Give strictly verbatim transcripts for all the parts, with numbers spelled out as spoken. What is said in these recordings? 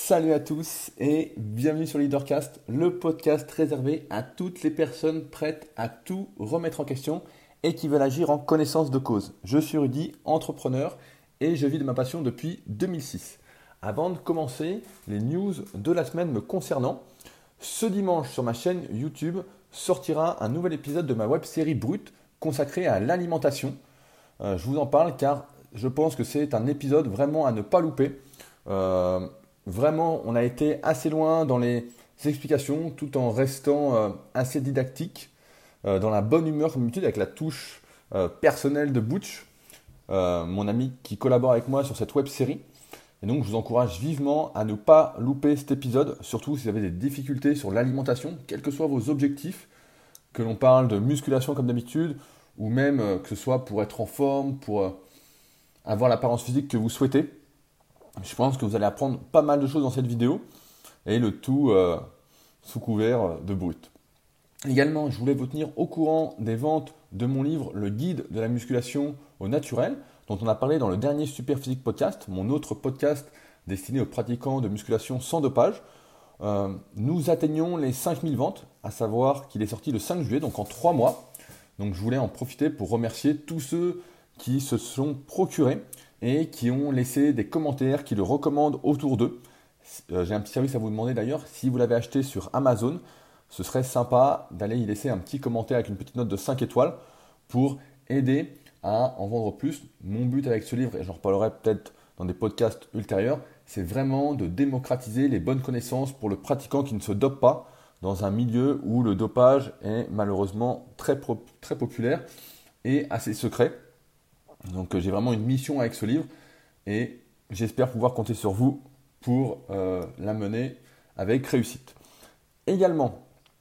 Salut à tous et bienvenue sur Leadercast, le podcast réservé à toutes les personnes prêtes à tout remettre en question et qui veulent agir en connaissance de cause. Je suis Rudy, entrepreneur et je vis de ma passion depuis deux mille six. Avant de commencer les news de la semaine me concernant, ce dimanche sur ma chaîne YouTube sortira un nouvel épisode de ma web-série Brut consacrée à l'alimentation. Euh, je vous en parle car je pense que c'est un épisode vraiment à ne pas louper. Euh, vraiment, on a été assez loin dans les explications tout en restant euh, assez didactique, euh, dans la bonne humeur comme d'habitude avec la touche euh, personnelle de Butch, euh, mon ami qui collabore avec moi sur cette web série. Et donc, je vous encourage vivement à ne pas louper cet épisode, surtout si vous avez des difficultés sur l'alimentation, quels que soient vos objectifs, que l'on parle de musculation comme d'habitude, ou même euh, que ce soit pour être en forme, pour euh, avoir l'apparence physique que vous souhaitez. Je pense que vous allez apprendre pas mal de choses dans cette vidéo et le tout euh, sous couvert de brut. Également, je voulais vous tenir au courant des ventes de mon livre Le guide de la musculation au naturel, dont on a parlé dans le dernier Super Physique Podcast, mon autre podcast destiné aux pratiquants de musculation sans dopage. Euh, nous atteignons les cinq mille ventes, à savoir qu'il est sorti le cinq juillet, donc en trois mois. Donc je voulais en profiter pour remercier tous ceux qui se sont procurés et qui ont laissé des commentaires, qui le recommandent autour d'eux. Euh, j'ai un petit service à vous demander d'ailleurs, si vous l'avez acheté sur Amazon, ce serait sympa d'aller y laisser un petit commentaire avec une petite note de cinq étoiles pour aider à en vendre plus. Mon but avec ce livre, et j'en reparlerai peut-être dans des podcasts ultérieurs, c'est vraiment de démocratiser les bonnes connaissances pour le pratiquant qui ne se dope pas dans un milieu où le dopage est malheureusement très, pro- très populaire et assez secret. Donc euh, j'ai vraiment une mission avec ce livre et j'espère pouvoir compter sur vous pour euh, la mener avec réussite. Également,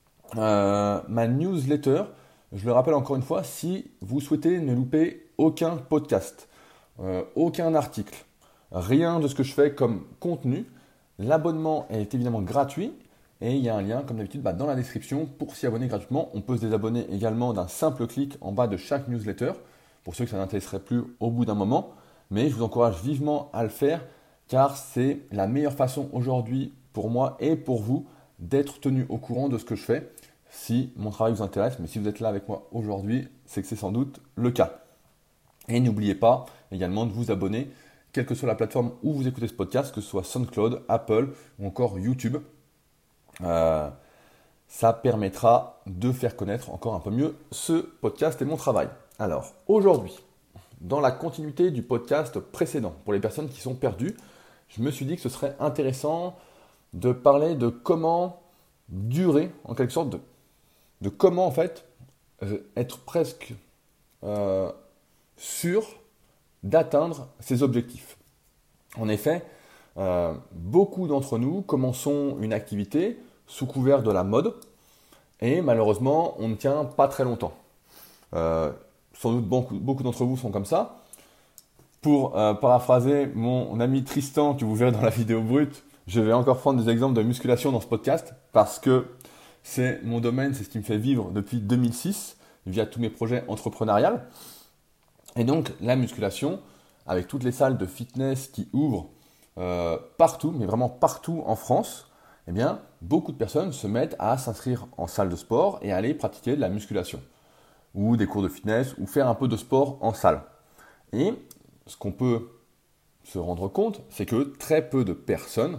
euh, ma newsletter, je le rappelle encore une fois, si vous souhaitez ne louper aucun podcast, euh, aucun article, rien de ce que je fais comme contenu, l'abonnement est évidemment gratuit et il y a un lien comme d'habitude bah, dans la description pour s'y abonner gratuitement. On peut se désabonner également d'un simple clic en bas de chaque newsletter, pour ceux que ça n'intéresserait plus au bout d'un moment, mais je vous encourage vivement à le faire car c'est la meilleure façon aujourd'hui pour moi et pour vous d'être tenu au courant de ce que je fais si mon travail vous intéresse, mais si vous êtes là avec moi aujourd'hui, c'est que c'est sans doute le cas. Et n'oubliez pas également de vous abonner, quelle que soit la plateforme où vous écoutez ce podcast, que ce soit SoundCloud, Apple ou encore YouTube. Euh, ça permettra de faire connaître encore un peu mieux ce podcast et mon travail. Alors, aujourd'hui, dans la continuité du podcast précédent, pour les personnes qui sont perdues, je me suis dit que ce serait intéressant de parler de comment durer, en quelque sorte, de, de comment en fait être presque euh, sûr d'atteindre ses objectifs. En effet, euh, beaucoup d'entre nous commençons une activité sous couvert de la mode et malheureusement, on ne tient pas très longtemps. Euh, Sans doute beaucoup, beaucoup d'entre vous sont comme ça. Pour euh, paraphraser mon ami Tristan que vous verrez dans la vidéo brute, je vais encore prendre des exemples de musculation dans ce podcast parce que c'est mon domaine, c'est ce qui me fait vivre depuis deux mille six via tous mes projets entrepreneuriaux. Et donc la musculation, avec toutes les salles de fitness qui ouvrent euh, partout, mais vraiment partout en France, eh bien, beaucoup de personnes se mettent à s'inscrire en salle de sport et à aller pratiquer de la musculation, ou des cours de fitness, ou faire un peu de sport en salle. Et ce qu'on peut se rendre compte, c'est que très peu de personnes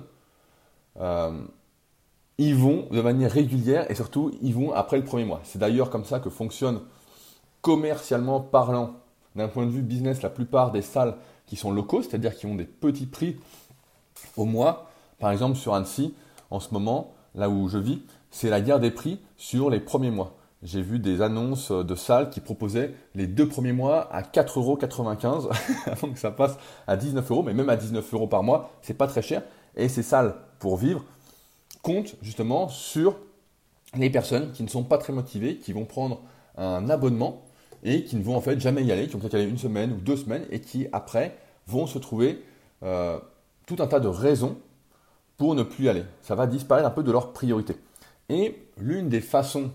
euh, y vont de manière régulière et surtout y vont après le premier mois. C'est d'ailleurs comme ça que fonctionne commercialement parlant, d'un point de vue business, la plupart des salles qui sont locaux, c'est-à-dire qui ont des petits prix au mois. Par exemple, sur Annecy, en ce moment, là où je vis, c'est la guerre des prix sur les premiers mois. J'ai vu des annonces de salles qui proposaient les deux premiers mois à quatre euros quatre-vingt-quinze avant que ça passe à dix-neuf euros, mais même à dix-neuf euros par mois, c'est pas très cher. Et ces salles pour vivre comptent justement sur les personnes qui ne sont pas très motivées, qui vont prendre un abonnement et qui ne vont en fait jamais y aller, qui vont peut-être y aller une semaine ou deux semaines et qui après vont se trouver euh, tout un tas de raisons pour ne plus y aller. Ça va disparaître un peu de leur priorité. Et l'une des façons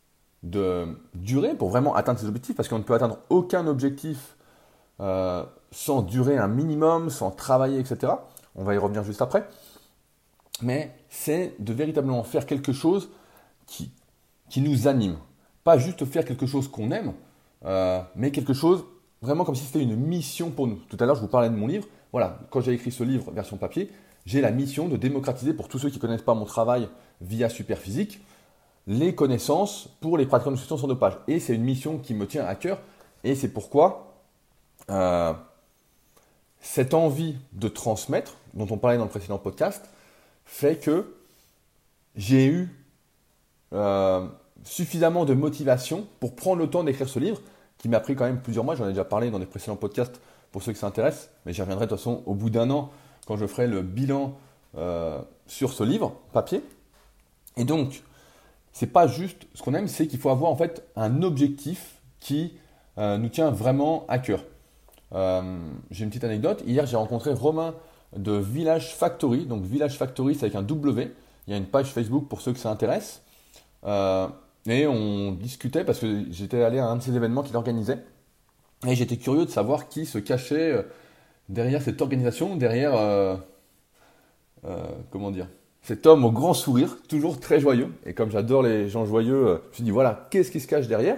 de durer pour vraiment atteindre ses objectifs, parce qu'on ne peut atteindre aucun objectif euh, sans durer un minimum, sans travailler, et cetera. On va y revenir juste après. mais c'est de véritablement faire quelque chose qui, qui nous anime. Pas juste faire quelque chose qu'on aime, euh, mais quelque chose vraiment comme si c'était une mission pour nous. Tout à l'heure, je vous parlais de mon livre. Voilà, quand j'ai écrit ce livre version papier, j'ai la mission de démocratiser, pour tous ceux qui ne connaissent pas mon travail via Superphysique, les connaissances pour les pratiquants de nutrition sur dopage. Et c'est une mission qui me tient à cœur. Et c'est pourquoi euh, cette envie de transmettre, dont on parlait dans le précédent podcast, fait que j'ai eu euh, suffisamment de motivation pour prendre le temps d'écrire ce livre, qui m'a pris quand même plusieurs mois. J'en ai déjà parlé dans des précédents podcasts pour ceux qui s'intéressent, mais j'y reviendrai de toute façon au bout d'un an quand je ferai le bilan euh, sur ce livre papier. Et donc, c'est pas juste ce qu'on aime, c'est qu'il faut avoir en fait un objectif qui euh, nous tient vraiment à cœur. Euh, j'ai une petite anecdote. Hier, j'ai rencontré Romain de Village Factory. Donc, Village Factory, c'est avec un W. Il y a une page Facebook pour ceux que ça intéresse. Euh, et on discutait parce que j'étais allé à un de ces événements qu'il organisait. Et j'étais curieux de savoir qui se cachait derrière cette organisation, derrière, euh, euh, comment dire, cet homme au grand sourire, toujours très joyeux. Et comme j'adore les gens joyeux, je me suis dit, voilà, qu'est-ce qui se cache derrière?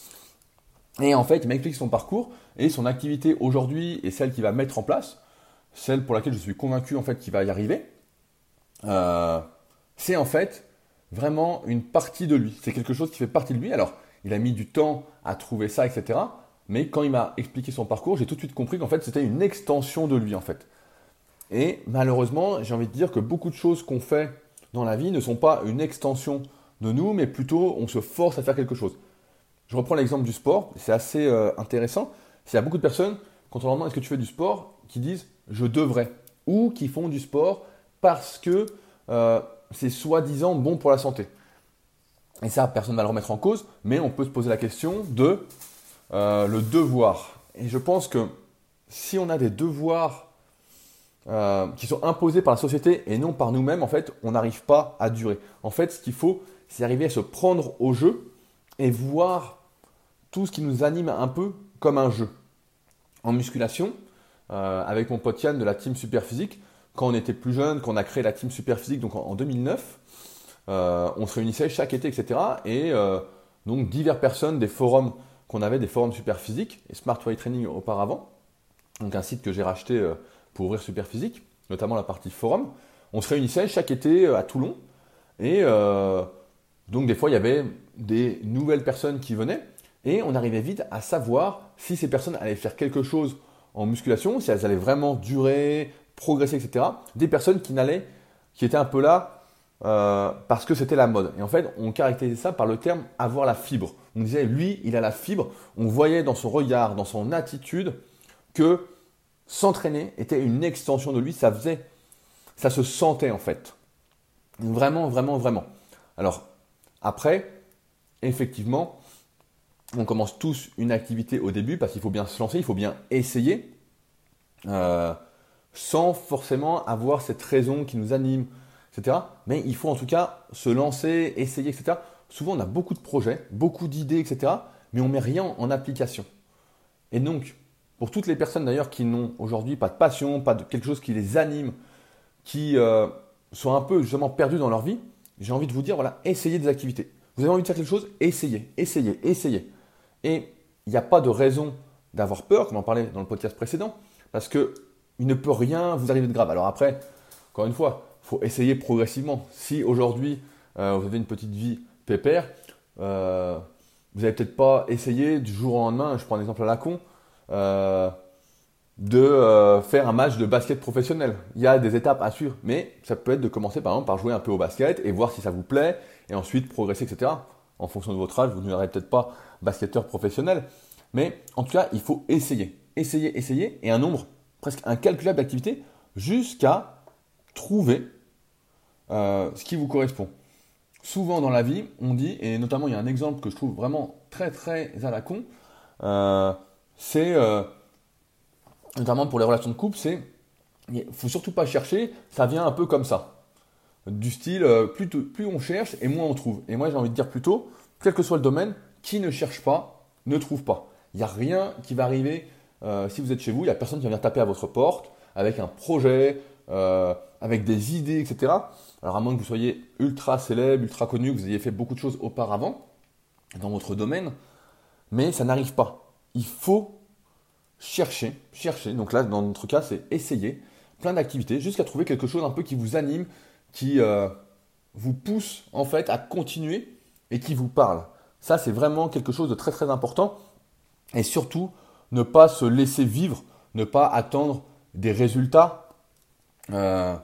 Et en fait, il m'a expliqué son parcours et son activité aujourd'hui et celle qu'il va mettre en place, celle pour laquelle je suis convaincu en fait qu'il va y arriver. Euh, c'est en fait vraiment une partie de lui. C'est quelque chose qui fait partie de lui. Alors, il a mis du temps à trouver ça, et cetera. Mais quand il m'a expliqué son parcours, j'ai tout de suite compris qu'en fait, c'était une extension de lui, en fait. Et malheureusement, j'ai envie de dire que beaucoup de choses qu'on fait dans la vie ne sont pas une extension de nous, mais plutôt on se force à faire quelque chose. Je reprends l'exemple du sport, c'est assez euh, intéressant. Il y a beaucoup de personnes, quand on leur demande est-ce que tu fais du sport, qui disent je devrais, ou qui font du sport parce que euh, c'est soi-disant bon pour la santé. Et ça, personne ne va le remettre en cause, mais on peut se poser la question de euh, le devoir. Et je pense que si on a des devoirs euh, qui sont imposés par la société et non par nous-mêmes, en fait, on n'arrive pas à durer. En fait, ce qu'il faut, c'est arriver à se prendre au jeu et voir tout ce qui nous anime un peu comme un jeu. En musculation, euh, avec mon pote Yann de la team Superphysique, quand on était plus jeune, quand on a créé la team Superphysique, donc en, en deux mille neuf, euh, on se réunissait chaque été, et cetera. Et euh, donc diverses personnes des forums qu'on avait, des forums Superphysique et Smart Weight Training auparavant, donc un site que j'ai racheté euh, pour ouvrir Superphysique, notamment la partie forum. On se réunissait chaque été euh, à Toulon et euh, donc des fois il y avait des nouvelles personnes qui venaient et on arrivait vite à savoir si ces personnes allaient faire quelque chose en musculation, si elles allaient vraiment durer, progresser, et cetera. Des personnes qui n'allaient, qui étaient un peu là euh, parce que c'était la mode. Et en fait, on caractérisait ça par le terme avoir la fibre. On disait lui, il a la fibre. On voyait dans son regard, dans son attitude, que s'entraîner était une extension de lui. Ça faisait, ça se sentait en fait. Vraiment, vraiment, vraiment. Alors après, effectivement, on commence tous une activité au début parce qu'il faut bien se lancer, il faut bien essayer, euh, sans forcément avoir cette raison qui nous anime, et cetera. Mais il faut en tout cas se lancer, essayer, et cetera. Souvent, on a beaucoup de projets, beaucoup d'idées, et cetera. Mais on ne met rien en application. Et donc, pour toutes les personnes d'ailleurs qui n'ont aujourd'hui pas de passion, pas de quelque chose qui les anime, qui euh, sont un peu justement perdus dans leur vie, j'ai envie de vous dire, voilà, essayez des activités. Vous avez envie de faire quelque chose, essayez, essayez, essayez. Et il n'y a pas de raison d'avoir peur, comme on en parlait dans le podcast précédent, parce qu'il ne peut rien vous arriver de grave. Alors après, encore une fois, il faut essayer progressivement. Si aujourd'hui, euh, vous avez une petite vie pépère, euh, vous n'allez peut-être pas essayer du jour au lendemain, je prends un exemple à la con, euh, de euh, faire un match de basket professionnel. Il y a des étapes à suivre, mais ça peut être de commencer par exemple par jouer un peu au basket et voir si ça vous plaît, et ensuite progresser, et cetera. En fonction de votre âge, vous ne serez peut-être pas basketteur professionnel, mais en tout cas, il faut essayer, essayer, essayer, et un nombre presque incalculable d'activités jusqu'à trouver euh, ce qui vous correspond. Souvent dans la vie, on dit, et notamment il y a un exemple que je trouve vraiment très très à la con, euh, c'est euh, notamment pour les relations de couple, c'est il ne faut surtout pas chercher, ça vient un peu comme ça. Du style, euh, plus, t- plus on cherche et moins on trouve. Et moi j'ai envie de dire plutôt, quel que soit le domaine, qui ne cherche pas, ne trouve pas. Il n'y a rien qui va arriver euh, si vous êtes chez vous, il n'y a personne qui va venir taper à votre porte avec un projet, euh, avec des idées, et cetera. Alors à moins que vous soyez ultra célèbre, ultra connu, que vous ayez fait beaucoup de choses auparavant dans votre domaine, mais ça n'arrive pas. Il faut chercher, chercher. Donc là, dans notre cas, c'est essayer plein d'activités jusqu'à trouver quelque chose un peu qui vous anime, qui euh, vous pousse en fait à continuer et qui vous parle. Ça, c'est vraiment quelque chose de très très important. Et surtout, ne pas se laisser vivre, ne pas attendre des résultats. Euh,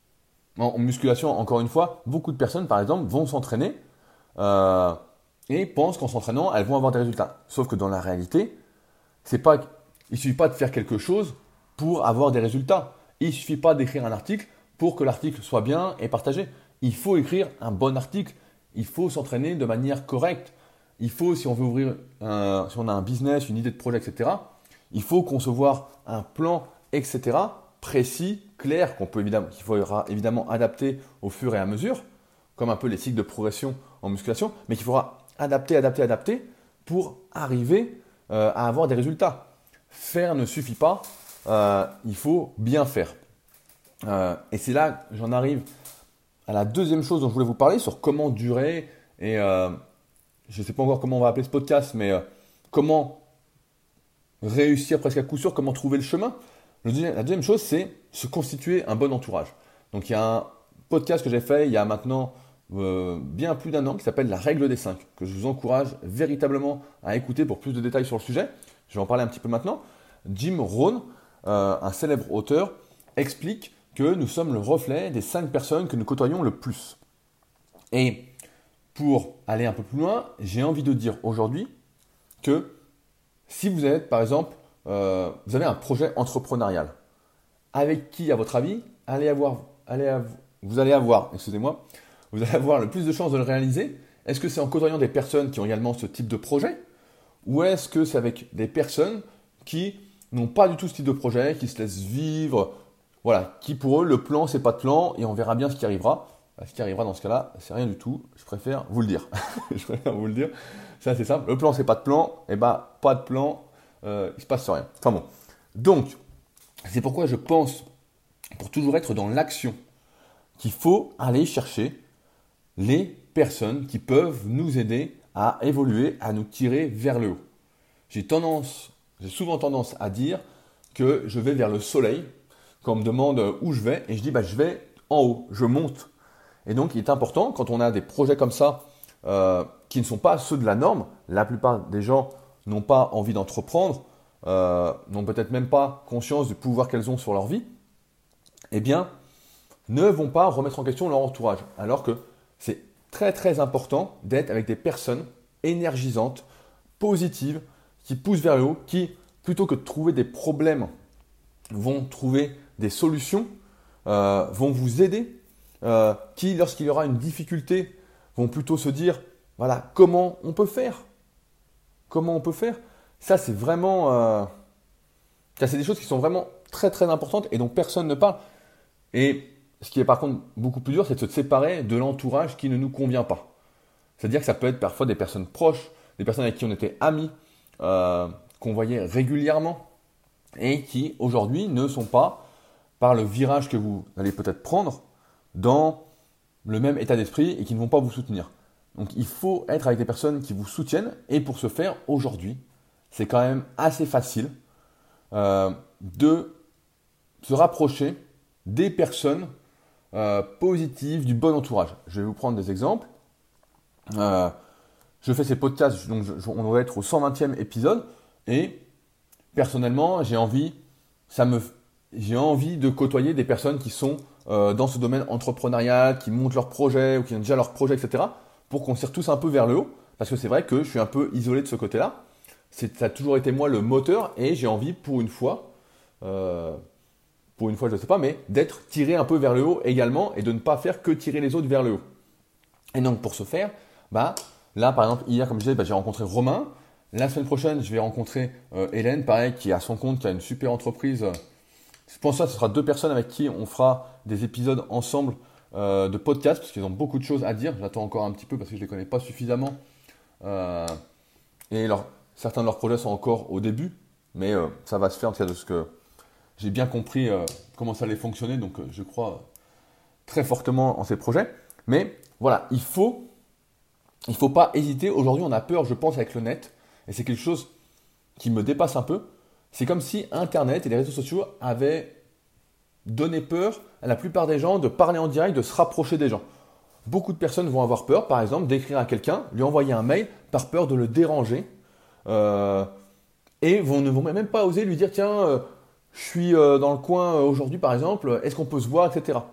en musculation, encore une fois, beaucoup de personnes, par exemple, vont s'entraîner euh, et pensent qu'en s'entraînant, elles vont avoir des résultats. Sauf que dans la réalité, c'est pas, il ne suffit pas de faire quelque chose pour avoir des résultats. Il ne suffit pas d'écrire un article pour que l'article soit bien et partagé. Il faut écrire un bon article. Il faut s'entraîner de manière correcte. Il faut, si on veut ouvrir, un, si on a un business, une idée de projet, et cetera, il faut concevoir un plan, et cetera, précis, clair, qu'on peut évidemment, qu'il faudra évidemment adapter au fur et à mesure, comme un peu les cycles de progression en musculation, mais qu'il faudra adapter, adapter, adapter pour arriver euh, à avoir des résultats. Faire ne suffit pas, euh, il faut bien faire. Euh, et c'est là que j'en arrive à la deuxième chose dont je voulais vous parler, sur comment durer et euh, je ne sais pas encore comment on va appeler ce podcast, mais euh, comment réussir presque à coup sûr, comment trouver le chemin. Le deuxième, la deuxième chose, c'est se constituer un bon entourage. Donc il y a un podcast que j'ai fait il y a maintenant euh, bien plus d'un an qui s'appelle La règle des cinq, que je vous encourage véritablement à écouter pour plus de détails sur le sujet. Je vais en parler un petit peu maintenant. Jim Rohn, euh, un célèbre auteur, explique que nous sommes le reflet des cinq personnes que nous côtoyons le plus. Et pour aller un peu plus loin, j'ai envie de dire aujourd'hui que si vous êtes, par exemple, euh, vous avez un projet entrepreneurial, avec qui, à votre avis, allez avoir, allez avoir, vous allez avoir, excusez-moi, vous allez avoir le plus de chances de le réaliser? Est-ce que c'est en côtoyant des personnes qui ont également ce type de projet? Ou est-ce que c'est avec des personnes qui n'ont pas du tout ce type de projet, qui se laissent vivre, voilà, qui pour eux, le plan, c'est pas de plan, et on verra bien ce qui arrivera. Ce qui arrivera dans ce cas-là, c'est rien du tout. Je préfère vous le dire. je préfère vous le dire. C'est assez simple. Le plan, c'est pas de plan. Et bah, pas de plan, euh, il se passe rien. Enfin bon. Donc, c'est pourquoi je pense, pour toujours être dans l'action, qu'il faut aller chercher les personnes qui peuvent nous aider à évoluer, à nous tirer vers le haut. J'ai tendance, j'ai souvent tendance à dire que je vais vers le soleil quand on me demande où je vais, et je dis bah je vais en haut, je monte. Et donc il est important quand on a des projets comme ça euh, qui ne sont pas ceux de la norme, la plupart des gens n'ont pas envie d'entreprendre, euh, n'ont peut-être même pas conscience du pouvoir qu'elles ont sur leur vie, eh bien ne vont pas remettre en question leur entourage. Alors que c'est très très important d'être avec des personnes énergisantes, positives, qui poussent vers le haut, qui plutôt que de trouver des problèmes, vont trouver des solutions, euh, vont vous aider, euh, qui lorsqu'il y aura une difficulté, vont plutôt se dire, voilà, comment on peut faire? Comment on peut faire? Ça, c'est vraiment... Euh, ça, c'est des choses qui sont vraiment très très importantes et dont personne ne parle. Et ce qui est par contre beaucoup plus dur, c'est de se séparer de l'entourage qui ne nous convient pas. C'est-à-dire que ça peut être parfois des personnes proches, des personnes avec qui on était amis, euh, qu'on voyait régulièrement et qui aujourd'hui ne sont pas, par le virage que vous allez peut-être prendre, dans le même état d'esprit et qui ne vont pas vous soutenir. Donc il faut être avec des personnes qui vous soutiennent et pour ce faire, aujourd'hui, c'est quand même assez facile euh, de se rapprocher des personnes euh, positives, du bon entourage. Je vais vous prendre des exemples. Euh, je fais ces podcasts, donc je, on doit être au cent vingtième épisode et personnellement, j'ai envie, ça me, j'ai envie de côtoyer des personnes qui sont euh, dans ce domaine entrepreneurial, qui montent leurs projets ou qui ont déjà leurs projets, et cetera, pour qu'on tire tous un peu vers le haut. Parce que c'est vrai que je suis un peu isolé de ce côté-là. C'est, ça a toujours été moi le moteur et j'ai envie pour une fois, euh, pour une fois je ne sais pas, mais d'être tiré un peu vers le haut également et de ne pas faire que tirer les autres vers le haut. Et donc pour ce faire, bah, là par exemple hier comme je disais, bah, j'ai rencontré Romain. La semaine prochaine, je vais rencontrer euh, Hélène, pareil, qui est à son compte, qui a une super entreprise. Je pense que ce sera deux personnes avec qui on fera des épisodes ensemble euh, de podcast, parce qu'ils ont beaucoup de choses à dire. J'attends encore un petit peu parce que je ne les connais pas suffisamment. Euh, et leur, certains de leurs projets sont encore au début, mais euh, ça va se faire en tout cas de ce que j'ai bien compris euh, comment ça allait fonctionner. Donc euh, je crois très fortement en ces projets. Mais voilà, il faut, il faut pas hésiter. Aujourd'hui, on a peur, je pense, avec le net. Et c'est quelque chose qui me dépasse un peu. C'est comme si Internet et les réseaux sociaux avaient donné peur à la plupart des gens de parler en direct, de se rapprocher des gens. Beaucoup de personnes vont avoir peur, par exemple, d'écrire à quelqu'un, lui envoyer un mail par peur de le déranger. Euh, et vont, ne vont même pas oser lui dire, tiens, euh, je suis euh, dans le coin euh, aujourd'hui, par exemple, est-ce qu'on peut se voir, et cetera.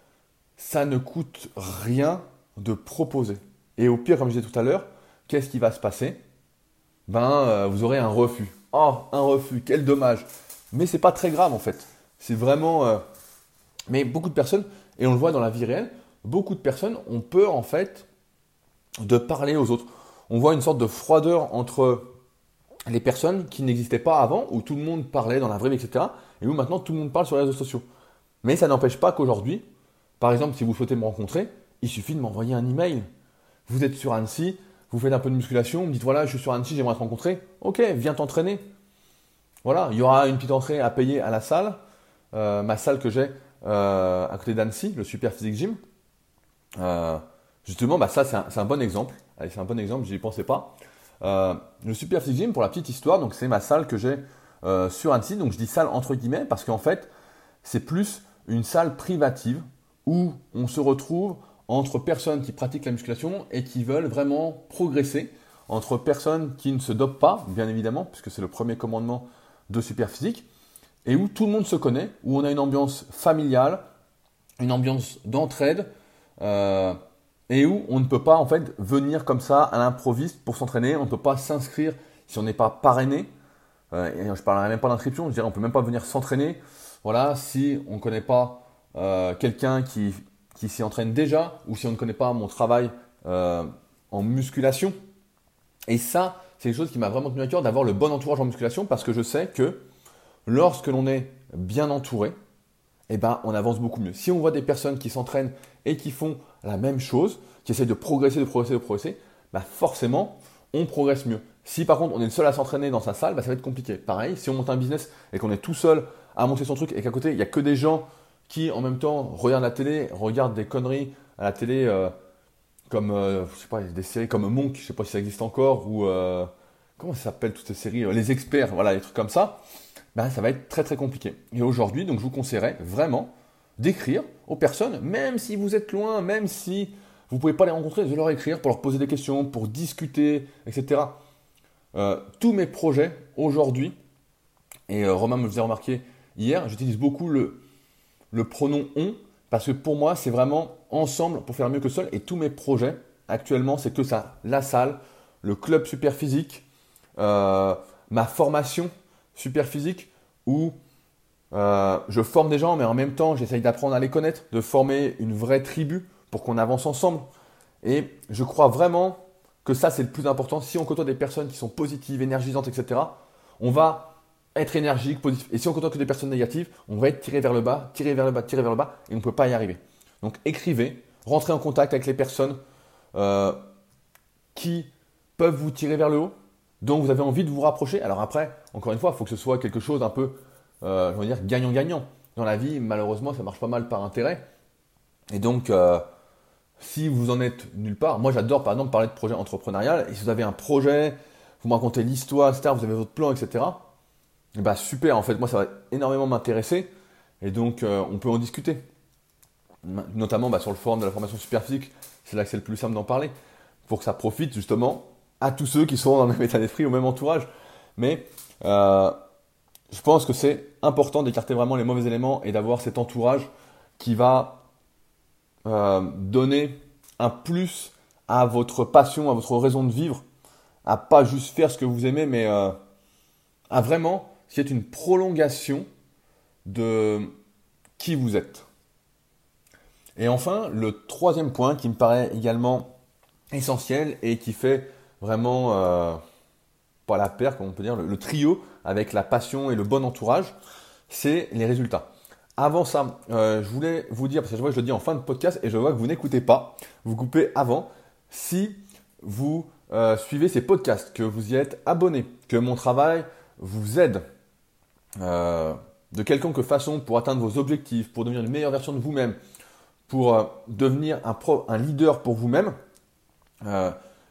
Ça ne coûte rien de proposer. Et au pire, comme je disais tout à l'heure, qu'est-ce qui va se passer? Ben, euh, vous aurez un refus. Oh, un refus, quel dommage. Mais c'est pas très grave en fait. C'est vraiment. Euh... Mais beaucoup de personnes, et on le voit dans la vie réelle, beaucoup de personnes ont peur en fait de parler aux autres. On voit une sorte de froideur entre les personnes qui n'existaient pas avant, où tout le monde parlait dans la vraie vie, et cetera. Et où maintenant tout le monde parle sur les réseaux sociaux. Mais ça n'empêche pas qu'aujourd'hui, par exemple, si vous souhaitez me rencontrer, il suffit de m'envoyer un email. Vous êtes sur Annecy, vous faites un peu de musculation, vous me dites voilà, je suis sur Annecy, j'aimerais te rencontrer. Ok, viens t'entraîner. Voilà, il y aura une petite entrée à payer à la salle, euh, ma salle que j'ai euh, à côté d'Annecy, le Super Physique Gym. Euh, justement, bah ça c'est un, c'est un bon exemple. Allez, c'est un bon exemple, j'y pensais pas. Euh, le Super Physique Gym, pour la petite histoire, donc c'est ma salle que j'ai euh, sur Annecy. Donc je dis salle entre guillemets parce qu'en fait, c'est plus une salle privative où on se retrouve entre personnes qui pratiquent la musculation et qui veulent vraiment progresser, entre personnes qui ne se dopent pas, bien évidemment, puisque c'est le premier commandement de Superphysique, et où tout le monde se connaît, où on a une ambiance familiale, une ambiance d'entraide, euh, et où on ne peut pas en fait venir comme ça à l'improviste pour s'entraîner, on ne peut pas s'inscrire si on n'est pas parrainé, euh, et je ne parlerai même pas d'inscription, je dirais on ne peut même pas venir s'entraîner, voilà, si on ne connaît pas euh, quelqu'un qui qui s'y entraîne déjà, ou si on ne connaît pas mon travail euh, en musculation. Et ça, c'est quelque chose qui m'a vraiment tenu à cœur d'avoir le bon entourage en musculation, parce que je sais que lorsque l'on est bien entouré, eh ben, on avance beaucoup mieux. Si on voit des personnes qui s'entraînent et qui font la même chose, qui essaient de progresser, de progresser, de progresser, bah forcément, on progresse mieux. Si par contre, on est le seul à s'entraîner dans sa salle, bah ça va être compliqué. Pareil, si on monte un business et qu'on est tout seul à monter son truc et qu'à côté, il n'y a que des gens qui en même temps regardent la télé, regardent des conneries à la télé euh, comme, euh, je sais pas, des séries comme Monk, je sais pas si ça existe encore, ou euh, comment ça s'appelle toutes ces séries, Les Experts, voilà, des trucs comme ça, ben, ça va être très très compliqué. Et aujourd'hui, donc je vous conseillerais vraiment d'écrire aux personnes, même si vous êtes loin, même si vous ne pouvez pas les rencontrer, de leur écrire pour leur poser des questions, pour discuter, et cetera. Euh, tous mes projets aujourd'hui, et euh, Romain me faisait remarquer hier, j'utilise beaucoup le le pronom on, parce que pour moi, c'est vraiment ensemble pour faire mieux que seul. Et tous mes projets, actuellement, c'est que ça. La salle, le club super physique, euh, ma formation super physique, où euh, je forme des gens, mais en même temps, j'essaye d'apprendre à les connaître, de former une vraie tribu pour qu'on avance ensemble. Et je crois vraiment que ça, c'est le plus important. Si on côtoie des personnes qui sont positives, énergisantes, et cetera, on va être énergique, positif. Et si on côtoie que des personnes négatives, on va être tiré vers le bas, tiré vers le bas, tiré vers le bas, et on ne peut pas y arriver. Donc écrivez, rentrez en contact avec les personnes euh, qui peuvent vous tirer vers le haut, dont vous avez envie de vous rapprocher. Alors après, encore une fois, il faut que ce soit quelque chose un peu, euh, je veux dire, gagnant-gagnant. Dans la vie, malheureusement, ça marche pas mal par intérêt. Et donc, euh, si vous en êtes nulle part, moi j'adore par exemple parler de projet entrepreneurial, et si vous avez un projet, vous me racontez l'histoire, et cetera, vous avez votre plan, et cetera, et bah super, en fait, moi ça va énormément m'intéresser, et donc euh, on peut en discuter. Notamment bah, sur le forum de la formation Superphysique, c'est là que c'est le plus simple d'en parler, pour que ça profite justement à tous ceux qui sont dans le même état d'esprit, au même entourage. Mais euh, je pense que c'est important d'écarter vraiment les mauvais éléments et d'avoir cet entourage qui va euh, donner un plus à votre passion, à votre raison de vivre, à pas juste faire ce que vous aimez, mais euh, à vraiment qui est une prolongation de qui vous êtes. Et enfin, le troisième point qui me paraît également essentiel et qui fait vraiment euh, pas la paire, comme on peut dire, le, le trio avec la passion et le bon entourage, c'est les résultats. Avant ça, euh, je voulais vous dire, parce que je vois que je le dis en fin de podcast et je vois que vous n'écoutez pas, vous coupez avant, si vous euh, suivez ces podcasts, que vous y êtes abonné, que mon travail vous aide euh, de quelconque façon pour atteindre vos objectifs, pour devenir une meilleure version de vous-même, pour euh, devenir un, pro, un leader pour vous-même, euh,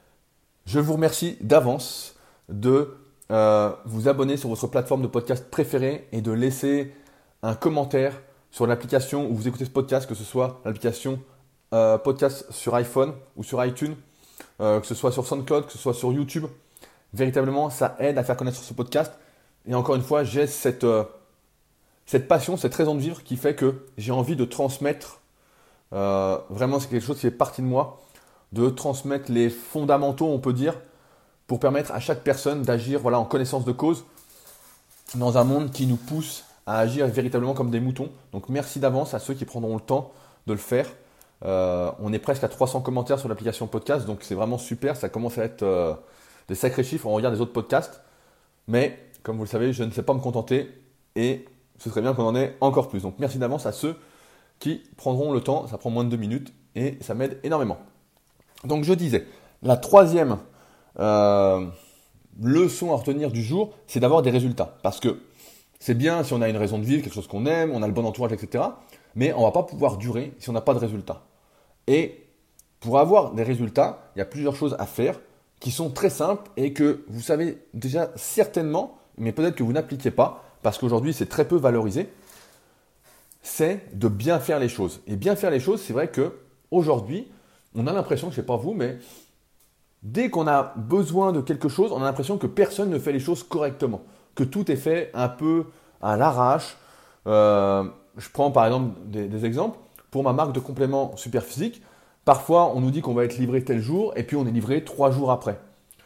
je vous remercie d'avance de euh, vous abonner sur votre plateforme de podcast préférée et de laisser un commentaire sur l'application où vous écoutez ce podcast, que ce soit l'application euh, podcast sur iPhone ou sur iTunes, euh, que ce soit sur SoundCloud, que ce soit sur YouTube. Véritablement, ça aide à faire connaître ce podcast. Et encore une fois, j'ai cette, euh, cette passion, cette raison de vivre qui fait que j'ai envie de transmettre, euh, vraiment c'est quelque chose qui fait partie de moi, de transmettre les fondamentaux, on peut dire, pour permettre à chaque personne d'agir voilà, en connaissance de cause dans un monde qui nous pousse à agir véritablement comme des moutons. Donc merci d'avance à ceux qui prendront le temps de le faire. Euh, on est presque à trois cents commentaires sur l'application podcast, donc c'est vraiment super. Ça commence à être euh, des sacrés chiffres. On regarde les autres podcasts. Mais comme vous le savez, je ne sais pas me contenter et ce serait bien qu'on en ait encore plus. Donc merci d'avance à ceux qui prendront le temps. Ça prend moins de deux minutes et ça m'aide énormément. Donc je disais, la troisième euh, leçon à retenir du jour, c'est d'avoir des résultats. Parce que c'est bien si on a une raison de vivre, quelque chose qu'on aime, on a le bon entourage, et cetera. Mais on ne va pas pouvoir durer si on n'a pas de résultats. Et pour avoir des résultats, il y a plusieurs choses à faire qui sont très simples et que vous savez déjà certainement, mais peut-être que vous n'appliquez pas, parce qu'aujourd'hui c'est très peu valorisé, c'est de bien faire les choses. Et bien faire les choses, c'est vrai qu'aujourd'hui, on a l'impression, je ne sais pas vous, mais dès qu'on a besoin de quelque chose, on a l'impression que personne ne fait les choses correctement, que tout est fait un peu à l'arrache. Euh, je prends par exemple des, des exemples. Pour ma marque de compléments Superphysique, parfois on nous dit qu'on va être livré tel jour et puis on est livré trois jours après.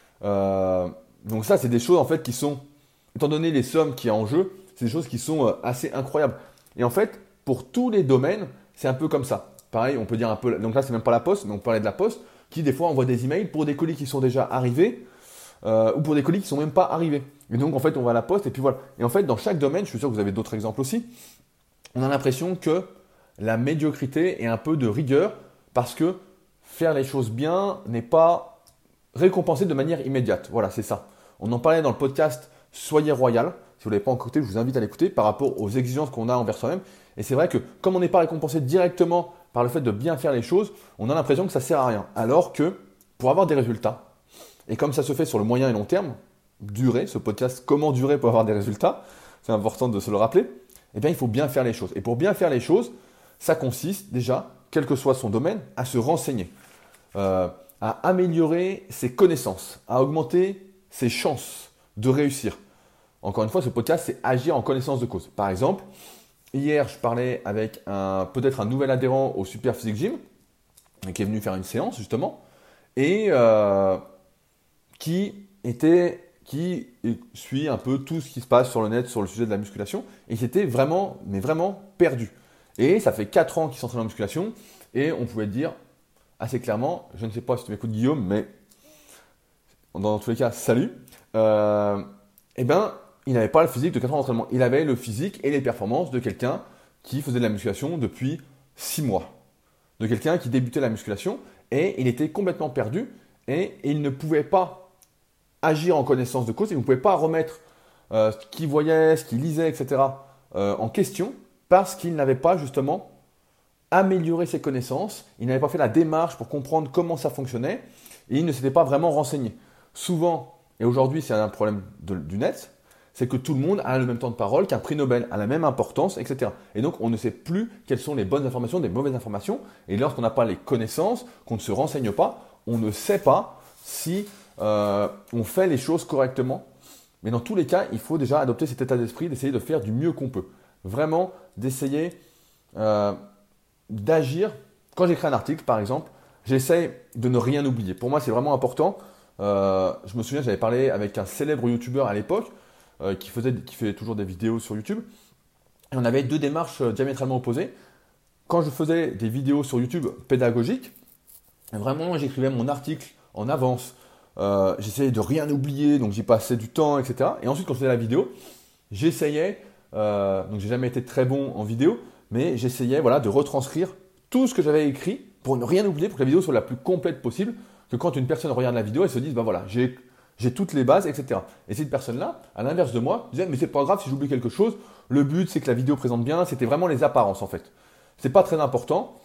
Euh, donc ça, c'est des choses en fait qui sont, étant donné les sommes qu'il y a en jeu, c'est des choses qui sont assez incroyables. Et en fait, pour tous les domaines, c'est un peu comme ça. Pareil, on peut dire un peu, donc là c'est même pas la poste, mais on parlait de la poste, qui des fois envoie des emails pour des colis qui sont déjà arrivés, euh, ou pour des colis qui sont même pas arrivés. Et donc en fait on va à la poste et puis voilà. Et en fait dans chaque domaine, je suis sûr que vous avez d'autres exemples aussi, on a l'impression que la médiocrité et un peu de rigueur, parce que faire les choses bien n'est pas récompensé de manière immédiate. Voilà, c'est ça. On en parlait dans le podcast Soyez Royal. Si vous ne l'avez pas écouté, je vous invite à l'écouter par rapport aux exigences qu'on a envers soi-même. Et c'est vrai que comme on n'est pas récompensé directement par le fait de bien faire les choses, on a l'impression que ça ne sert à rien. Alors que pour avoir des résultats, et comme ça se fait sur le moyen et long terme, durer, ce podcast Comment durer pour avoir des résultats, c'est important de se le rappeler, eh bien il faut bien faire les choses. Et pour bien faire les choses, ça consiste déjà, quel que soit son domaine, à se renseigner, euh, à améliorer ses connaissances, à augmenter ses chances de réussir. Encore une fois, ce podcast, c'est agir en connaissance de cause. Par exemple, hier, je parlais avec un, peut-être un nouvel adhérent au Superphysique Gym, qui est venu faire une séance justement, et euh, qui était, qui suit un peu tout ce qui se passe sur le net sur le sujet de la musculation, et qui était vraiment, mais vraiment perdu. Et ça fait quatre ans qu'il s'entraîne en musculation, et on pouvait dire assez clairement, je ne sais pas si tu m'écoutes Guillaume, mais dans tous les cas, salut, euh, eh bien, il n'avait pas le physique de quatre ans d'entraînement. Il avait le physique et les performances de quelqu'un qui faisait de la musculation depuis six mois. De quelqu'un qui débutait la musculation et il était complètement perdu et il ne pouvait pas agir en connaissance de cause. Il ne pouvait pas remettre euh, ce qu'il voyait, ce qu'il lisait, et cetera euh, en question parce qu'il n'avait pas justement amélioré ses connaissances. Il n'avait pas fait la démarche pour comprendre comment ça fonctionnait et il ne s'était pas vraiment renseigné. Souvent, et aujourd'hui c'est un problème de, du net, c'est que tout le monde a le même temps de parole, qu'un prix Nobel a la même importance, et cetera. Et donc, on ne sait plus quelles sont les bonnes informations, des mauvaises informations. Et lorsqu'on n'a pas les connaissances, qu'on ne se renseigne pas, on ne sait pas si euh, on fait les choses correctement. Mais dans tous les cas, il faut déjà adopter cet état d'esprit, d'essayer de faire du mieux qu'on peut. Vraiment, d'essayer euh, d'agir. Quand j'écris un article, par exemple, j'essaie de ne rien oublier. Pour moi, c'est vraiment important. Euh, je me souviens, j'avais parlé avec un célèbre youtubeur à l'époque, Euh, qui, faisait, qui fait toujours des vidéos sur YouTube. Et on avait deux démarches euh, diamétralement opposées. Quand je faisais des vidéos sur YouTube pédagogiques, vraiment j'écrivais mon article en avance. Euh, j'essayais de rien oublier, donc j'y passais du temps, et cetera. Et ensuite, quand je faisais la vidéo, j'essayais, euh, donc j'ai jamais été très bon en vidéo, mais j'essayais voilà, de retranscrire tout ce que j'avais écrit pour ne rien oublier, pour que la vidéo soit la plus complète possible, que quand une personne regarde la vidéo, elle se dise, bah voilà, j'ai J'ai toutes les bases, et cetera. Et cette personne-là, à l'inverse de moi, disait mais c'est pas grave si j'oublie quelque chose. Le but c'est que la vidéo présente bien. C'était vraiment les apparences en fait. C'est pas très important.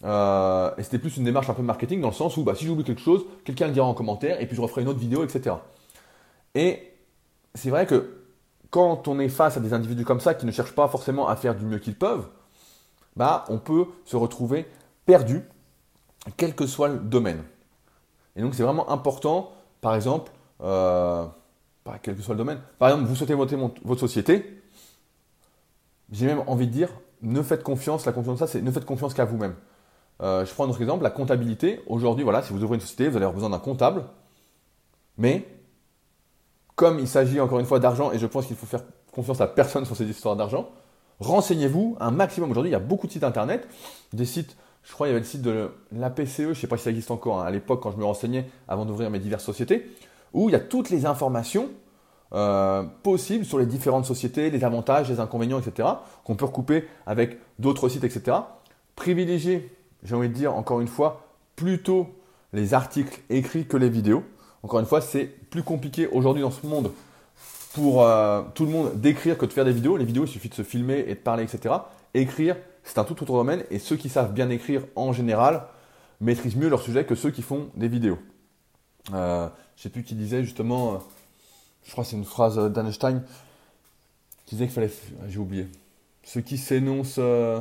Euh, et c'était plus une démarche un peu marketing dans le sens où bah, si j'oublie quelque chose, quelqu'un le dira en commentaire et puis je referai une autre vidéo, et cetera. Et c'est vrai que quand on est face à des individus comme ça qui ne cherchent pas forcément à faire du mieux qu'ils peuvent, bah, on peut se retrouver perdu, quel que soit le domaine. Et donc c'est vraiment important, par exemple, euh, bah, quel que soit le domaine, par exemple, vous souhaitez monter mon- votre société, j'ai même envie de dire, ne faites confiance, la confiance, ça, c'est ne faites confiance qu'à vous-même. Euh, je prends un autre exemple, la comptabilité. Aujourd'hui, voilà, si vous ouvrez une société, vous allez avoir besoin d'un comptable. Mais comme il s'agit encore une fois d'argent, et je pense qu'il faut faire confiance à personne sur ces histoires d'argent, renseignez-vous un maximum. Aujourd'hui, il y a beaucoup de sites internet, des sites, je crois qu'il y avait le site de l'A P C E, je ne sais pas si ça existe encore, hein, à l'époque quand je me renseignais avant d'ouvrir mes diverses sociétés, où il y a toutes les informations euh, possibles sur les différentes sociétés, les avantages, les inconvénients, et cetera, qu'on peut recouper avec d'autres sites, et cetera. Privilégiez, j'ai envie de dire encore une fois, plutôt les articles écrits que les vidéos. Encore une fois, c'est plus compliqué aujourd'hui dans ce monde pour euh, tout le monde d'écrire que de faire des vidéos. Les vidéos, il suffit de se filmer et de parler, et cetera. Écrire, c'est un tout autre domaine et ceux qui savent bien écrire en général maîtrisent mieux leur sujet que ceux qui font des vidéos. Euh, je ne sais plus qui disait justement, euh, je crois que c'est une phrase d'Einstein, qui disait qu'il fallait, j'ai oublié, ceux qui s'énoncent, euh,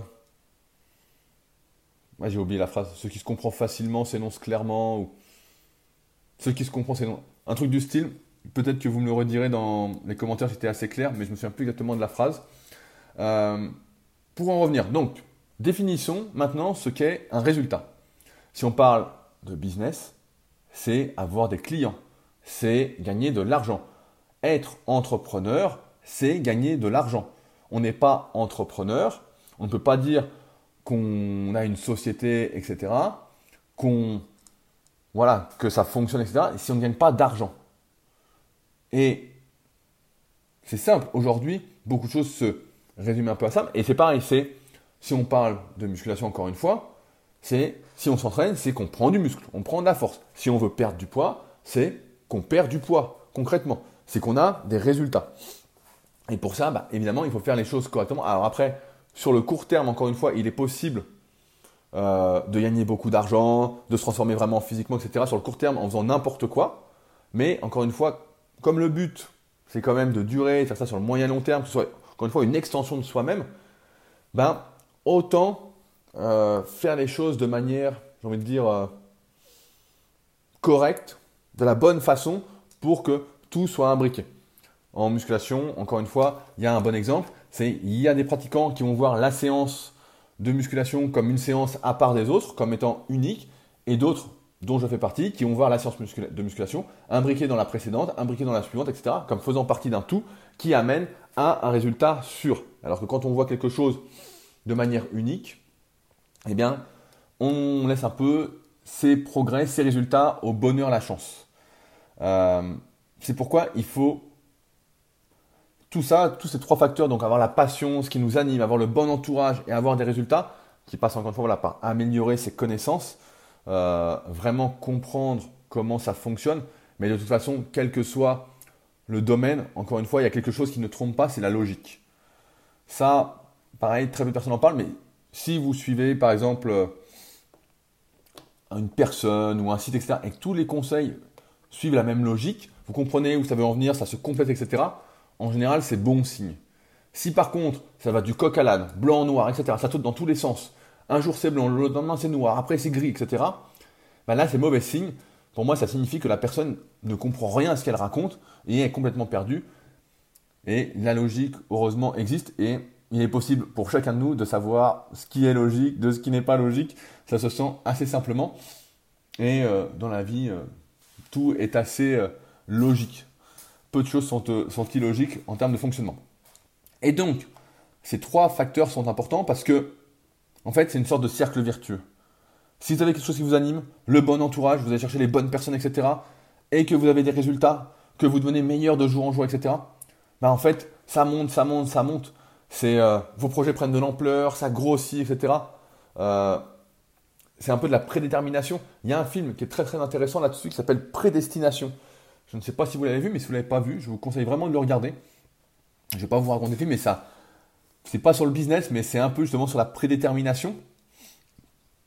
ouais, j'ai oublié la phrase, ceux qui se comprennent facilement s'énoncent clairement, ou ceux qui se comprennent s'énoncent, un truc du style. Peut-être que vous me le redirez dans les commentaires si c'était assez clair, mais je ne me souviens plus exactement de la phrase. Euh, pour en revenir, donc, définissons maintenant ce qu'est un résultat. Si on parle de business, c'est avoir des clients, c'est gagner de l'argent. Être entrepreneur, c'est gagner de l'argent. On n'est pas entrepreneur, on ne peut pas dire qu'on a une société, et cetera, qu'on, voilà, que ça fonctionne, et cetera, si on ne gagne pas d'argent. Et c'est simple, aujourd'hui, beaucoup de choses se résument un peu à ça. Et c'est pareil, c'est, si on parle de musculation encore une fois, c'est, si on s'entraîne, c'est qu'on prend du muscle, on prend de la force. Si on veut perdre du poids, c'est qu'on perd du poids, concrètement. C'est qu'on a des résultats. Et pour ça, bah, évidemment, il faut faire les choses correctement. Alors après, sur le court terme, encore une fois, il est possible euh, de gagner beaucoup d'argent, de se transformer vraiment physiquement, et cetera. Sur le court terme, en faisant n'importe quoi. Mais encore une fois, comme le but, c'est quand même de durer, faire ça sur le moyen long terme, que ce soit encore une fois une extension de soi-même, ben, autant euh, faire les choses de manière, j'ai envie de dire, euh, correcte, de la bonne façon pour que tout soit imbriqué. En musculation, encore une fois, il y a un bon exemple, c'est il y a des pratiquants qui vont voir la séance de musculation comme une séance à part des autres, comme étant unique, et d'autres dont je fais partie, qui vont voir la séance de musculation imbriquée dans la précédente, imbriquée dans la suivante, et cetera, comme faisant partie d'un tout qui amène à un résultat sûr. Alors que quand on voit quelque chose de manière unique, eh bien, on laisse un peu ses progrès, ses résultats au bonheur, la chance. Euh, c'est pourquoi il faut tout ça, tous ces trois facteurs, donc avoir la passion, ce qui nous anime, avoir le bon entourage et avoir des résultats, qui passent encore une fois voilà, par améliorer ses connaissances, Euh, vraiment comprendre comment ça fonctionne. Mais de toute façon, quel que soit le domaine, encore une fois, il y a quelque chose qui ne trompe pas, c'est la logique. Ça, pareil, très peu de personnes en parlent, mais si vous suivez par exemple euh, une personne ou un site, et cetera, et que tous les conseils suivent la même logique, vous comprenez où ça veut en venir, ça se complète, et cetera, en général, c'est bon signe. Si par contre, ça va du coq à l'âne, blanc, noir, et cetera, ça saute dans tous les sens, un jour c'est blanc, le lendemain c'est noir, après c'est gris, et cetera. Ben là, c'est mauvais signe. Pour moi, ça signifie que la personne ne comprend rien à ce qu'elle raconte et est complètement perdue. Et la logique, heureusement, existe et il est possible pour chacun de nous de savoir ce qui est logique, de ce qui n'est pas logique. Ça se sent assez simplement. Et euh, dans la vie, euh, tout est assez euh, logique. Peu de choses sont, euh, sont illogiques en termes de fonctionnement. Et donc, ces trois facteurs sont importants parce que en fait, c'est une sorte de cercle vertueux. Si vous avez quelque chose qui vous anime, le bon entourage, vous allez chercher les bonnes personnes, et cetera, et que vous avez des résultats, que vous devenez meilleur de jour en jour, et cetera, ben en fait, ça monte, ça monte, ça monte. C'est, euh, vos projets prennent de l'ampleur, ça grossit, et cetera. Euh, c'est un peu de la prédétermination. Il y a un film qui est très très intéressant là-dessus qui s'appelle Prédestination. Je ne sais pas si vous l'avez vu, mais si vous ne l'avez pas vu, je vous conseille vraiment de le regarder. Je ne vais pas vous raconter le film, mais ça, c'est pas sur le business, mais c'est un peu justement sur la prédétermination.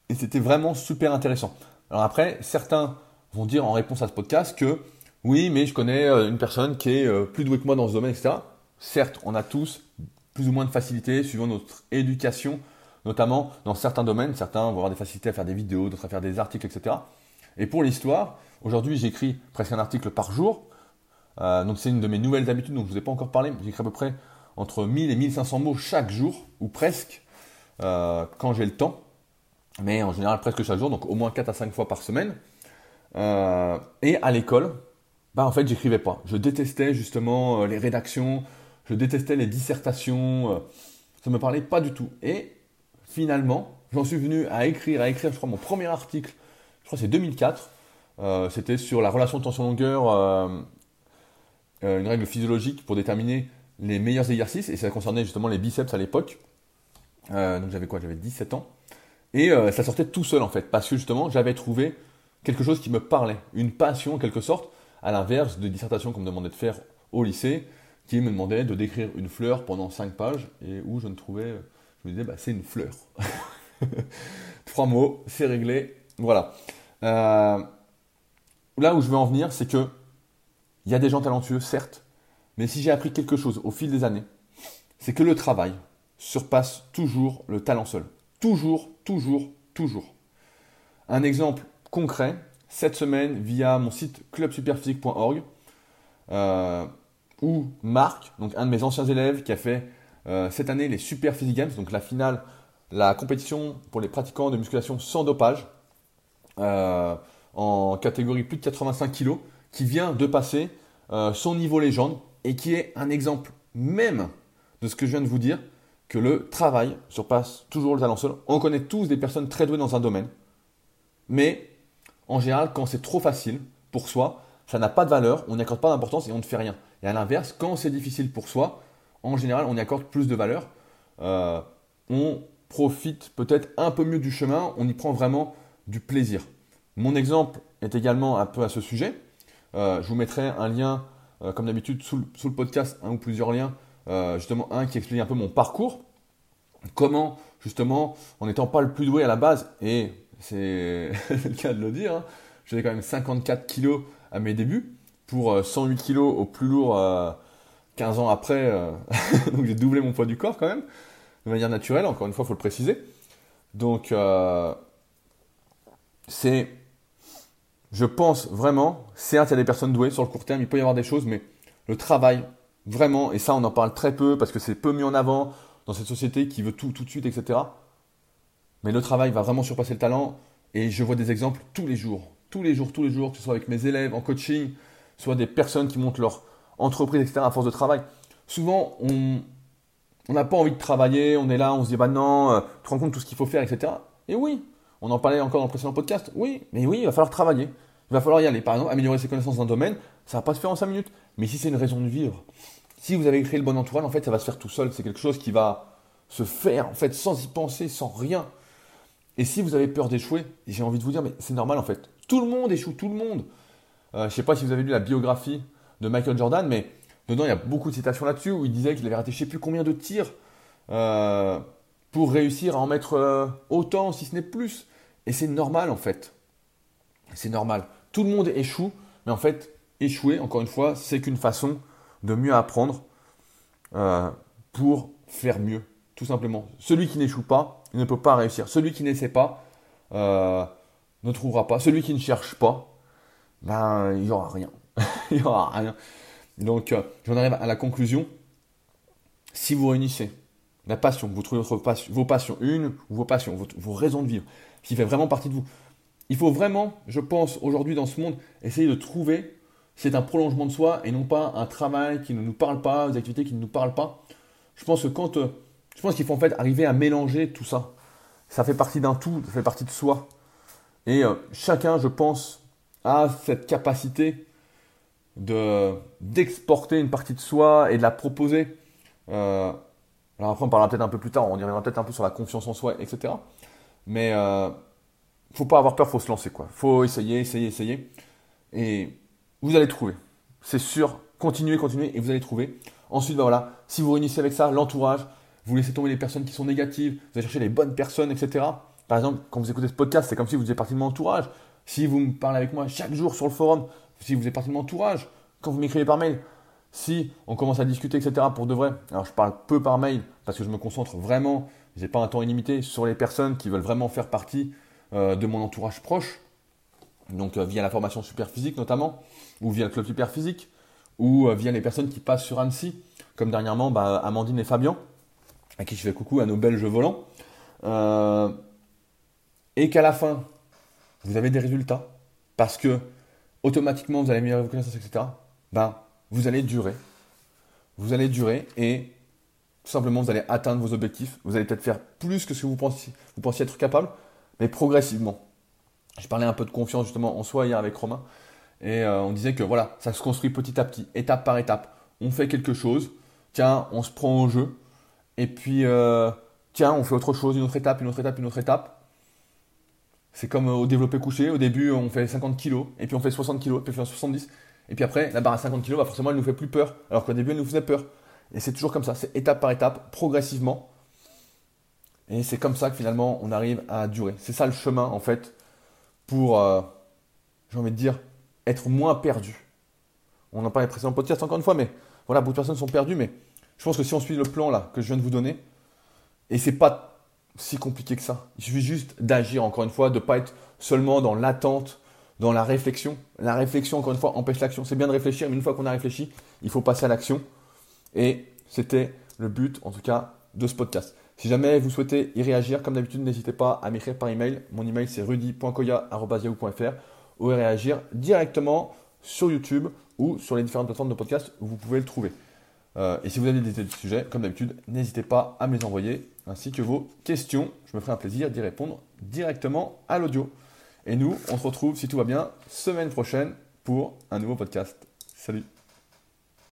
Et c'était vraiment super intéressant. Alors après, certains vont dire en réponse à ce podcast que oui, mais je connais euh, une personne qui est euh, plus douée que moi dans ce domaine, et cetera. Certes, on a tous plus ou moins de facilité suivant notre éducation, notamment dans certains domaines. Certains vont avoir des facilités à faire des vidéos, d'autres à faire des articles, et cetera. Et pour l'histoire, aujourd'hui, j'écris presque un article par jour. Euh, donc c'est une de mes nouvelles habitudes, donc je ne vous ai pas encore parlé. J'écris à peu près entre mille et mille cinq cents mots chaque jour, ou presque, euh, quand j'ai le temps. Mais en général presque chaque jour, donc au moins quatre à cinq fois par semaine. Euh, et à l'école, bah en fait j'écrivais pas. Je détestais justement euh, les rédactions, je détestais les dissertations, euh, ça me parlait pas du tout. Et finalement, j'en suis venu à écrire, à écrire, je crois, mon premier article, je crois que c'est deux mille quatre, euh, c'était sur la relation de tension-longueur, euh, euh, une règle physiologique pour déterminer les meilleurs exercices, et ça concernait justement les biceps à l'époque. Euh, donc j'avais quoi? J'avais dix-sept ans. Et euh, ça sortait tout seul en fait, parce que justement j'avais trouvé quelque chose qui me parlait, une passion en quelque sorte, à l'inverse de dissertations qu'on me demandait de faire au lycée, qui me demandait de décrire une fleur pendant cinq pages, et où je ne trouvais, je me disais, bah, c'est une fleur. Trois mots, c'est réglé, voilà. Euh, là où je veux en venir, c'est que il y a des gens talentueux, certes, mais si j'ai appris quelque chose au fil des années, c'est que le travail surpasse toujours le talent seul. Toujours, toujours, toujours. Un exemple concret, cette semaine, via mon site club superphysique point org, euh, où Marc, donc un de mes anciens élèves, qui a fait euh, cette année les Super Physique Games, donc la finale, la compétition pour les pratiquants de musculation sans dopage, euh, en catégorie plus de quatre-vingt-cinq kilos, qui vient de passer euh, son niveau légende, et qui est un exemple même de ce que je viens de vous dire, que le travail surpasse toujours le talent seul. On connaît tous des personnes très douées dans un domaine, mais en général, quand c'est trop facile pour soi, ça n'a pas de valeur, on n'y accorde pas d'importance et on ne fait rien. Et à l'inverse, quand c'est difficile pour soi, en général, on y accorde plus de valeur. Euh, on profite peut-être un peu mieux du chemin, on y prend vraiment du plaisir. Mon exemple est également un peu à ce sujet. Euh, je vous mettrai un lien, euh, comme d'habitude, sous, sous le podcast, un ou plusieurs liens, euh, justement un qui explique un peu mon parcours. Comment, justement, en n'étant pas le plus doué à la base, et c'est le cas de le dire, hein, j'avais quand même cinquante-quatre kilos à mes débuts, pour cent huit kilos au plus lourd euh, quinze ans après, euh, donc j'ai doublé mon poids du corps quand même, de manière naturelle, encore une fois, il faut le préciser. Donc, euh, c'est, je pense vraiment, certes, il y a des personnes douées sur le court terme, il peut y avoir des choses, mais le travail, vraiment, et ça on en parle très peu, parce que c'est peu mis en avant, dans cette société qui veut tout, tout de suite, et cetera. Mais le travail va vraiment surpasser le talent. Et je vois des exemples tous les jours. Tous les jours, tous les jours, que ce soit avec mes élèves en coaching, soit des personnes qui montent leur entreprise, et cetera à force de travail. Souvent, on on n'a pas envie de travailler, on est là, on se dit, bah non, euh, tu te rends compte de tout ce qu'il faut faire, et cetera. Et oui, on en parlait encore dans le précédent podcast. Oui, mais oui, il va falloir travailler. Il va falloir y aller. Par exemple, améliorer ses connaissances dans un domaine, ça ne va pas se faire en cinq minutes. Mais si c'est une raison de vivre, si vous avez créé le bon entourage, en fait, ça va se faire tout seul. C'est quelque chose qui va se faire, en fait, sans y penser, sans rien. Et si vous avez peur d'échouer, j'ai envie de vous dire, mais c'est normal, en fait. Tout le monde échoue, tout le monde. Euh, je ne sais pas si vous avez lu la biographie de Michael Jordan, mais dedans, il y a beaucoup de citations là-dessus où il disait qu'il avait raté je ne sais plus combien de tirs euh, pour réussir à en mettre euh, autant, si ce n'est plus. Et c'est normal, en fait. C'est normal. Tout le monde échoue, mais en fait, échouer, encore une fois, c'est qu'une façon de mieux apprendre euh, pour faire mieux, tout simplement. Celui qui n'échoue pas, il ne peut pas réussir. Celui qui n'essaie pas, euh, ne trouvera pas. Celui qui ne cherche pas, ben, il n'y aura rien. Il n'y aura rien. Donc, euh, j'en arrive à la conclusion. Si vous réunissez la passion, vous trouvez votre passion, vos passions, une ou vos passions, vos, vos raisons de vivre, qui fait vraiment partie de vous, il faut vraiment, je pense, aujourd'hui dans ce monde, essayer de trouver si c'est un prolongement de soi et non pas un travail qui ne nous parle pas, des activités qui ne nous parlent pas. Je pense que quand, euh, je pense qu'il faut en fait arriver à mélanger tout ça. Ça fait partie d'un tout, ça fait partie de soi. Et euh, chacun, je pense, a cette capacité de d'exporter une partie de soi et de la proposer. Euh, alors après, on parlera peut-être un peu plus tard, on y reviendra peut-être un peu sur la confiance en soi, et cetera. Mais euh, faut pas avoir peur, faut se lancer, quoi. Faut essayer, essayer, essayer. Et vous allez trouver. C'est sûr. Continuez, continuez et vous allez trouver. Ensuite, ben voilà, si vous réunissez avec ça l'entourage, vous laissez tomber les personnes qui sont négatives, vous allez chercher les bonnes personnes, et cetera. Par exemple, quand vous écoutez ce podcast, c'est comme si vous faisiez partie de mon entourage. Si vous me parlez avec moi chaque jour sur le forum, si vous êtes partie de mon entourage, quand vous m'écrivez par mail, si on commence à discuter, et cetera pour de vrai. Alors, je parle peu par mail parce que je me concentre vraiment, je n'ai pas un temps illimité sur les personnes qui veulent vraiment faire partie euh, de mon entourage proche. Donc, euh, via la formation Superphysique notamment, ou via le club Superphysique, ou euh, via les personnes qui passent sur Annecy, comme dernièrement bah, Amandine et Fabien, à qui je fais coucou à nos belges volants. Euh, et qu'à la fin, vous avez des résultats, parce que automatiquement vous allez améliorer vos connaissances, et cetera, ben, vous allez durer. Vous allez durer et tout simplement vous allez atteindre vos objectifs. Vous allez peut-être faire plus que ce que vous pensiez, vous pensiez être capable, mais progressivement. Je parlais un peu de confiance justement en soi hier avec Romain et euh, on disait que voilà, ça se construit petit à petit, étape par étape. On fait quelque chose, tiens, on se prend au jeu et puis euh, tiens, on fait autre chose, une autre étape, une autre étape, une autre étape. C'est comme au développé couché, au début on fait cinquante kilos, et puis on fait soixante kilos, et puis on fait soixante-dix. Et puis après, la barre à cinquante kilos, bah forcément elle ne nous fait plus peur, alors qu'au début elle nous faisait peur. Et c'est toujours comme ça, c'est étape par étape, progressivement. Et c'est comme ça que finalement on arrive à durer. C'est ça le chemin en fait, pour, euh, j'ai envie de dire, être moins perdu. On en parlait précédemment podcast encore une fois, mais voilà, beaucoup de personnes sont perdues, mais je pense que si on suit le plan là que je viens de vous donner, et c'est pas si compliqué que ça. Il suffit juste d'agir, encore une fois, de ne pas être seulement dans l'attente, dans la réflexion. La réflexion, encore une fois, empêche l'action. C'est bien de réfléchir, mais une fois qu'on a réfléchi, il faut passer à l'action. Et c'était le but, en tout cas, de ce podcast. Si jamais vous souhaitez y réagir, comme d'habitude, n'hésitez pas à m'écrire par email. Mon email, c'est rudy point koya arobase yahoo point fr ou à réagir directement sur YouTube ou sur les différentes plateformes de podcast où vous pouvez le trouver. Euh, et si vous avez des idées de sujets, comme d'habitude, n'hésitez pas à me les envoyer, ainsi que vos questions. Je me ferai un plaisir d'y répondre directement à l'audio. Et nous, on se retrouve, si tout va bien, semaine prochaine pour un nouveau podcast. Salut!